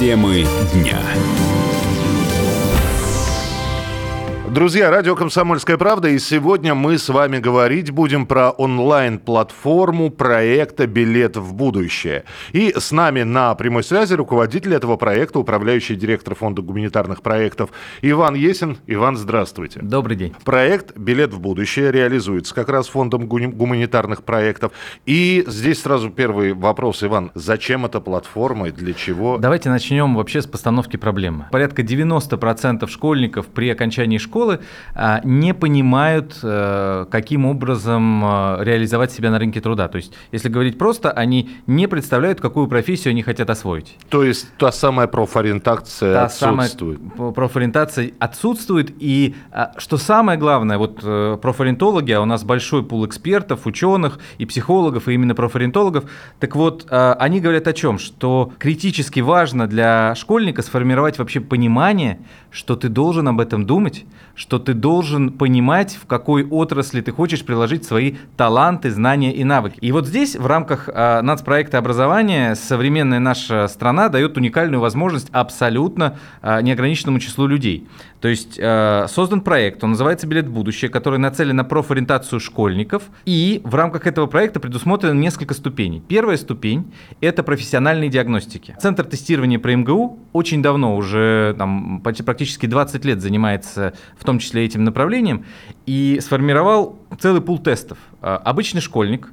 Темы дня. Друзья, радио «Комсомольская правда», и сегодня мы с вами говорить будем про онлайн-платформу проекта «Билет в будущее». И с нами на прямой связи руководитель этого проекта, управляющий директор фонда гуманитарных проектов Иван Есин. Иван, здравствуйте. Добрый день. Проект «Билет в будущее» реализуется как раз фондом гуманитарных проектов. И здесь сразу первый вопрос, Иван. Зачем эта платформа и для чего? Давайте начнем вообще с постановки проблемы. Порядка 90% школьников при окончании школы не понимают, каким образом реализовать себя на рынке труда. То есть, если говорить просто, они не представляют, какую профессию они хотят освоить. То есть та самая профориентация отсутствует. Самая профориентация отсутствует. И что самое главное, вот профориентологи, а у нас большой пул экспертов, ученых и психологов, и именно профориентологов, так вот, они говорят о чем? Что критически важно для школьника сформировать вообще понимание, что ты должен об этом думать, что ты должен понимать, в какой отрасли ты хочешь приложить свои таланты, знания и навыки. И вот здесь в рамках нацпроекта образования современная наша страна дает уникальную возможность абсолютно неограниченному числу людей. То есть создан проект, он называется «Билет в будущее», который нацелен на профориентацию школьников. И в рамках этого проекта предусмотрено несколько ступеней. Первая ступень – это профессиональные диагностики. Центр тестирования при МГУ очень давно, уже практически 20 лет занимается в том числе этим направлением, и сформировал целый пул тестов. Обычный школьник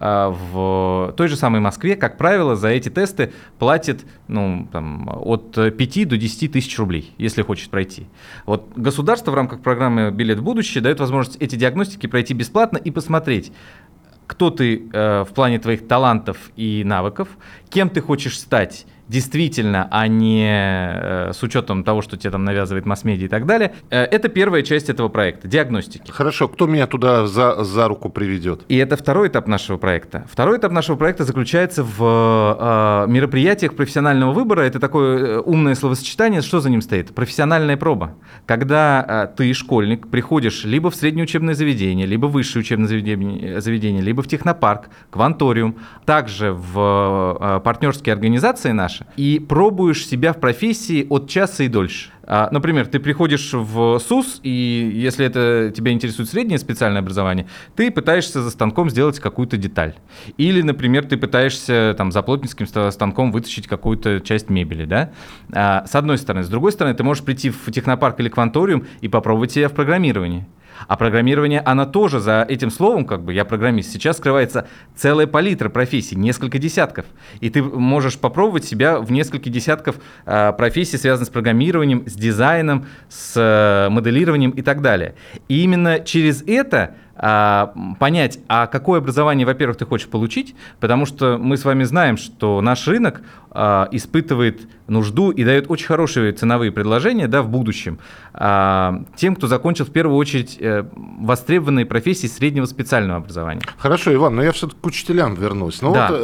в той же самой Москве, как правило, за эти тесты платит от 5 до 10 тысяч рублей, если хочет пройти. Вот государство в рамках программы «Билет в будущее» дает возможность эти диагностики пройти бесплатно и посмотреть, кто ты в плане твоих талантов и навыков, кем ты хочешь стать действительно, а не с учетом того, что тебе там навязывает масс-медиа и так далее. Это первая часть этого проекта – диагностики. Хорошо, кто меня туда за руку приведет? И это второй этап нашего проекта. Второй этап нашего проекта заключается в мероприятиях профессионального выбора. Это такое умное словосочетание. Что за ним стоит? Профессиональная проба. Когда ты, школьник, приходишь либо в среднее учебное заведение, либо в высшее учебное заведение, либо в технопарк, кванториум, также в партнерские организации наши, и пробуешь себя в профессии от часа и дольше. Например, ты приходишь в СУС, и если это тебя интересует среднее специальное образование, ты пытаешься за станком сделать какую-то деталь. Или, например, ты пытаешься за плотницким станком вытащить какую-то часть мебели, да? С одной стороны. С другой стороны, ты можешь прийти в технопарк или кванториум и попробовать себя в программировании. А программирование, оно тоже за этим словом, я программист, сейчас скрывается целая палитра профессий, несколько десятков. И ты можешь попробовать себя в несколько десятков профессий, связанных с программированием, с дизайном, с моделированием и так далее. И именно через это понять, а какое образование, во-первых, ты хочешь получить, потому что мы с вами знаем, что наш рынок испытывает нужду и дает очень хорошие ценовые предложения, в будущем тем, кто закончил в первую очередь востребованные профессии среднего специального образования. Хорошо, Иван, но я все-таки к учителям вернусь.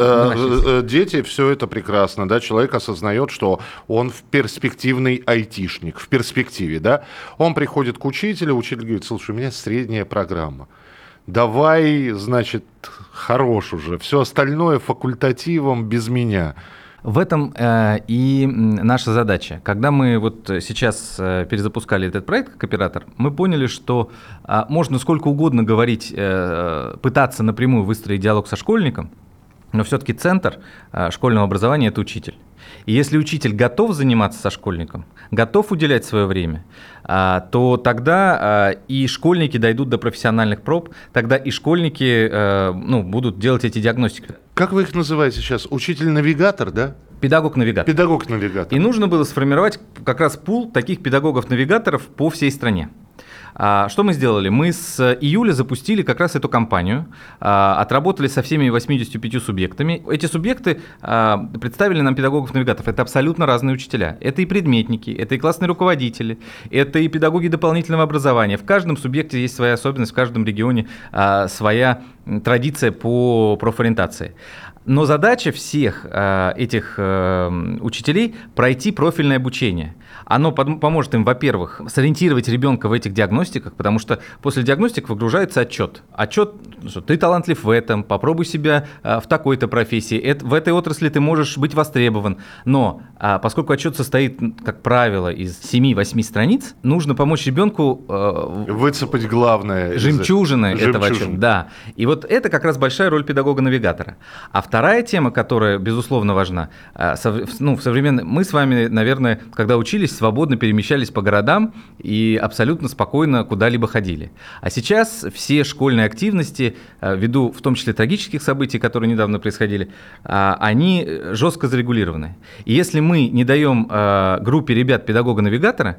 Дети, все это прекрасно, человек осознает, что он перспективный айтишник, в перспективе, он приходит к учителю, учитель говорит: слушай, у меня средняя программа. Давай, значит, хорош уже, все остальное факультативом без меня. В этом и наша задача. Когда мы сейчас перезапускали этот проект как оператор, мы поняли, что можно сколько угодно говорить, пытаться напрямую выстроить диалог со школьником, но все-таки центр школьного образования – это учитель. И если учитель готов заниматься со школьником, готов уделять свое время, то тогда и школьники дойдут до профессиональных проб, тогда и школьники будут делать эти диагностики. Как вы их называете сейчас? Учитель-навигатор, да? Педагог-навигатор. Педагог-навигатор. И нужно было сформировать как раз пул таких педагогов-навигаторов по всей стране. Что мы сделали? Мы с июля запустили как раз эту кампанию, отработали со всеми 85 субъектами. Эти субъекты представили нам педагогов-навигаторов. Это абсолютно разные учителя. Это и предметники, это и классные руководители, это и педагоги дополнительного образования. В каждом субъекте есть своя особенность, в каждом регионе своя традиция по профориентации. Но задача всех этих учителей – пройти профильное обучение. оно поможет им, во-первых, сориентировать ребенка в этих диагностиках, потому что после диагностик выгружается отчет. Отчет, что ты талантлив в этом, попробуй себя в такой-то профессии, в этой отрасли ты можешь быть востребован. Но поскольку отчет состоит, как правило, из 7-8 страниц, нужно помочь ребенку выцепать главное. Жемчужины этого отчета. Да. И вот это как раз большая роль педагога-навигатора. А вторая тема, которая, безусловно, важна, в современной... Мы с вами, наверное, когда учились, свободно перемещались по городам и абсолютно спокойно куда-либо ходили. А сейчас все школьные активности, ввиду в том числе трагических событий, которые недавно происходили, они жестко зарегулированы. И если мы не даем группе ребят педагога-навигатора,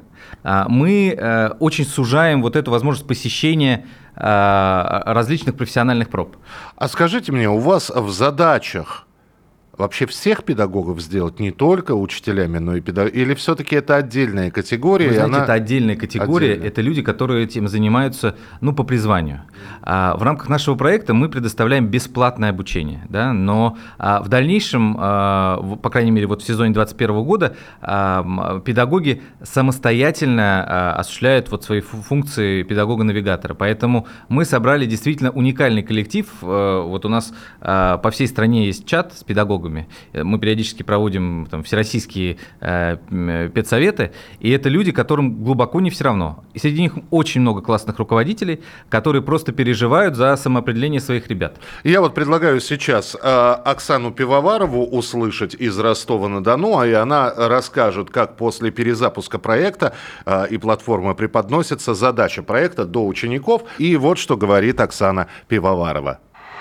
мы очень сужаем вот эту возможность посещения различных профессиональных проб. А скажите мне, у вас в задачах вообще всех педагогов сделать, не только учителями, но и педагогами? Или все-таки это отдельная категория? Вы знаете, это отдельная категория, это люди, которые этим занимаются, по призванию. В рамках нашего проекта мы предоставляем бесплатное обучение, да, но в дальнейшем, по крайней мере, вот в сезоне 2021 года, педагоги самостоятельно осуществляют вот свои функции педагога-навигатора. Поэтому мы собрали действительно уникальный коллектив. Вот у нас по всей стране есть чат с педагогами. Мы периодически проводим всероссийские педсоветы, и это люди, которым глубоко не все равно. И среди них очень много классных руководителей, которые просто переживают за самоопределение своих ребят. Я вот предлагаю сейчас Оксану Пивоварову услышать из Ростова-на-Дону, и она расскажет, как после перезапуска проекта и платформы преподносится задача проекта до учеников. И вот что говорит Оксана Пивоварова.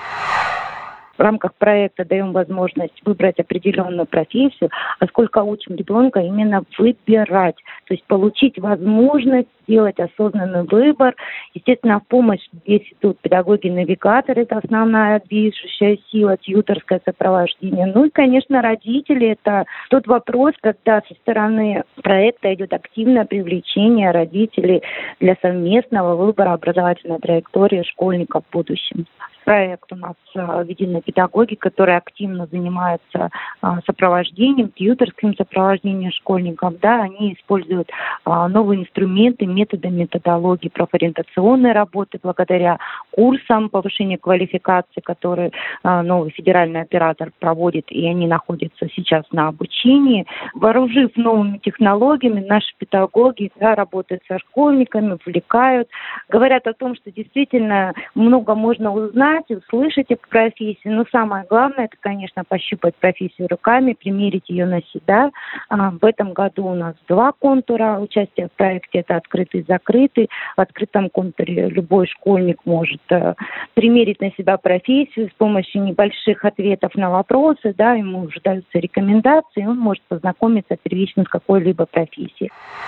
В рамках проекта даем возможность выбрать определенную профессию, а сколько учим ребенка именно выбирать, то есть получить возможность сделать осознанный выбор. Естественно, в помощь здесь идут педагоги-навигаторы, это основная движущая сила, тьюторское сопровождение. Ну и, конечно, родители. Это тот вопрос, когда со стороны проекта идет активное привлечение родителей для совместного выбора образовательной траектории школьников в будущем. Проект у нас введены педагоги, которые активно занимаются сопровождением, тьюторским сопровождением школьников. Да, они используют новые инструменты, методы, методологии профориентационной работы благодаря курсам повышения квалификации, которые новый федеральный оператор проводит, и они находятся сейчас на обучении. Вооружив новыми технологиями, наши педагоги работают со школьниками, увлекают, говорят о том, что действительно много можно узнать, услышать о профессии, но самое главное, это, конечно, пощупать профессию руками, примерить ее на себя. В этом году у нас 2 контура участия в проекте, это открытый и закрытый. В открытом контуре любой школьник может примерить на себя профессию с помощью небольших ответов на вопросы, да, ему уже даются рекомендации, он может познакомиться первично с какой-либо профессией.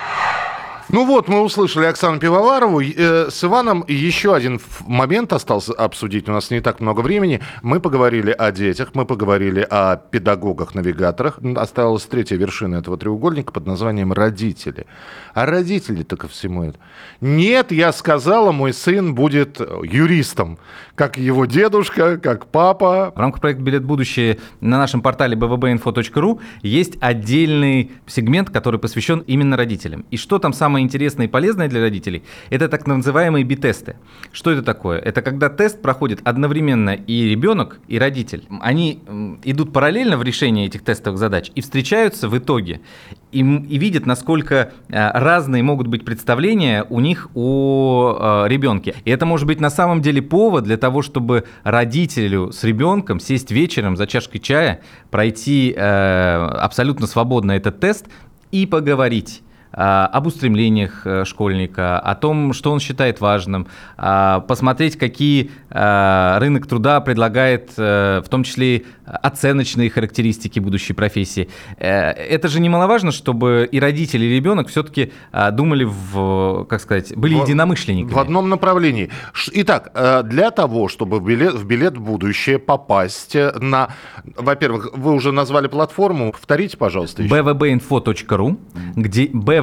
Ну вот, мы услышали Оксану Пивоварову. С Иваном еще один момент остался обсудить. У нас не так много времени. Мы поговорили о детях, мы поговорили о педагогах-навигаторах. Осталась третья вершина этого треугольника под названием родители. А родители-то ко всему это? Нет, я сказала, мой сын будет юристом. Как его дедушка, как папа. В рамках проекта «Билет в будущее» на нашем портале bvbinfo.ru есть отдельный сегмент, который посвящен именно родителям. И что там самое интересное и полезное для родителей, это так называемые би-тесты. Что это такое? Это когда тест проходит одновременно и ребенок, и родитель. Они идут параллельно в решении этих тестовых задач и встречаются в итоге и видят, насколько разные могут быть представления у них о ребенке. И это может быть на самом деле повод для того, чтобы родителю с ребенком сесть вечером за чашкой чая, пройти абсолютно свободно этот тест и поговорить об устремлениях школьника, о том, что он считает важным, посмотреть, какие рынок труда предлагает, в том числе и оценочные характеристики будущей профессии. Это же немаловажно, чтобы и родители, и ребенок все-таки думали были единомышленниками. В одном направлении. Итак, для того, чтобы в билет в будущее попасть на... Во-первых, вы уже назвали платформу, повторите, пожалуйста. bvbinfo.ru, где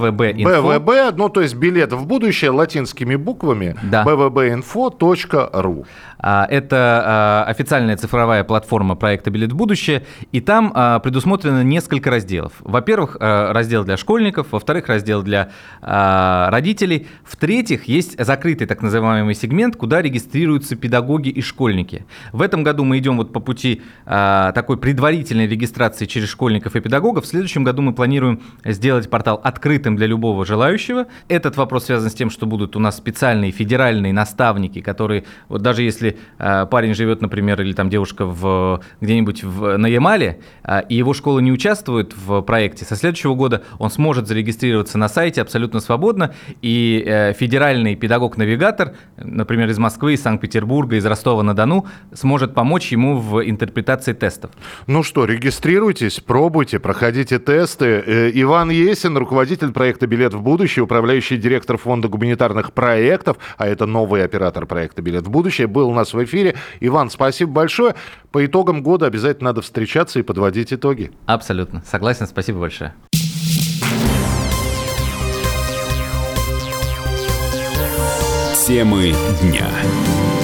BVB.info. BVB, ну то есть билет в будущее латинскими буквами. Да. BVBinfo.ru. Это официальная цифровая платформа проекта «Билет в будущее», и там предусмотрено несколько разделов. Во-первых, раздел для школьников, во-вторых, раздел для родителей, в-третьих, есть закрытый так называемый сегмент, куда регистрируются педагоги и школьники. В этом году мы идем вот по пути такой предварительной регистрации через школьников и педагогов. В следующем году мы планируем сделать портал открытым для любого желающего. Этот вопрос связан с тем, что будут у нас специальные федеральные наставники, которые, вот даже если парень живет, например, или там девушка где-нибудь на Ямале, и его школа не участвует в проекте, со следующего года он сможет зарегистрироваться на сайте абсолютно свободно, и федеральный педагог-навигатор, например, из Москвы, из Санкт-Петербурга, из Ростова-на-Дону, сможет помочь ему в интерпретации тестов. Ну что, регистрируйтесь, пробуйте, проходите тесты. Иван Есин, руководитель проекта «Билет в будущее», управляющий директор фонда гуманитарных проектов, а это новый оператор проекта «Билет в будущее», был у нас в эфире. Иван, спасибо большое. По итогам года обязательно надо встречаться и подводить итоги. Абсолютно. Согласен. Спасибо большое. Темы дня.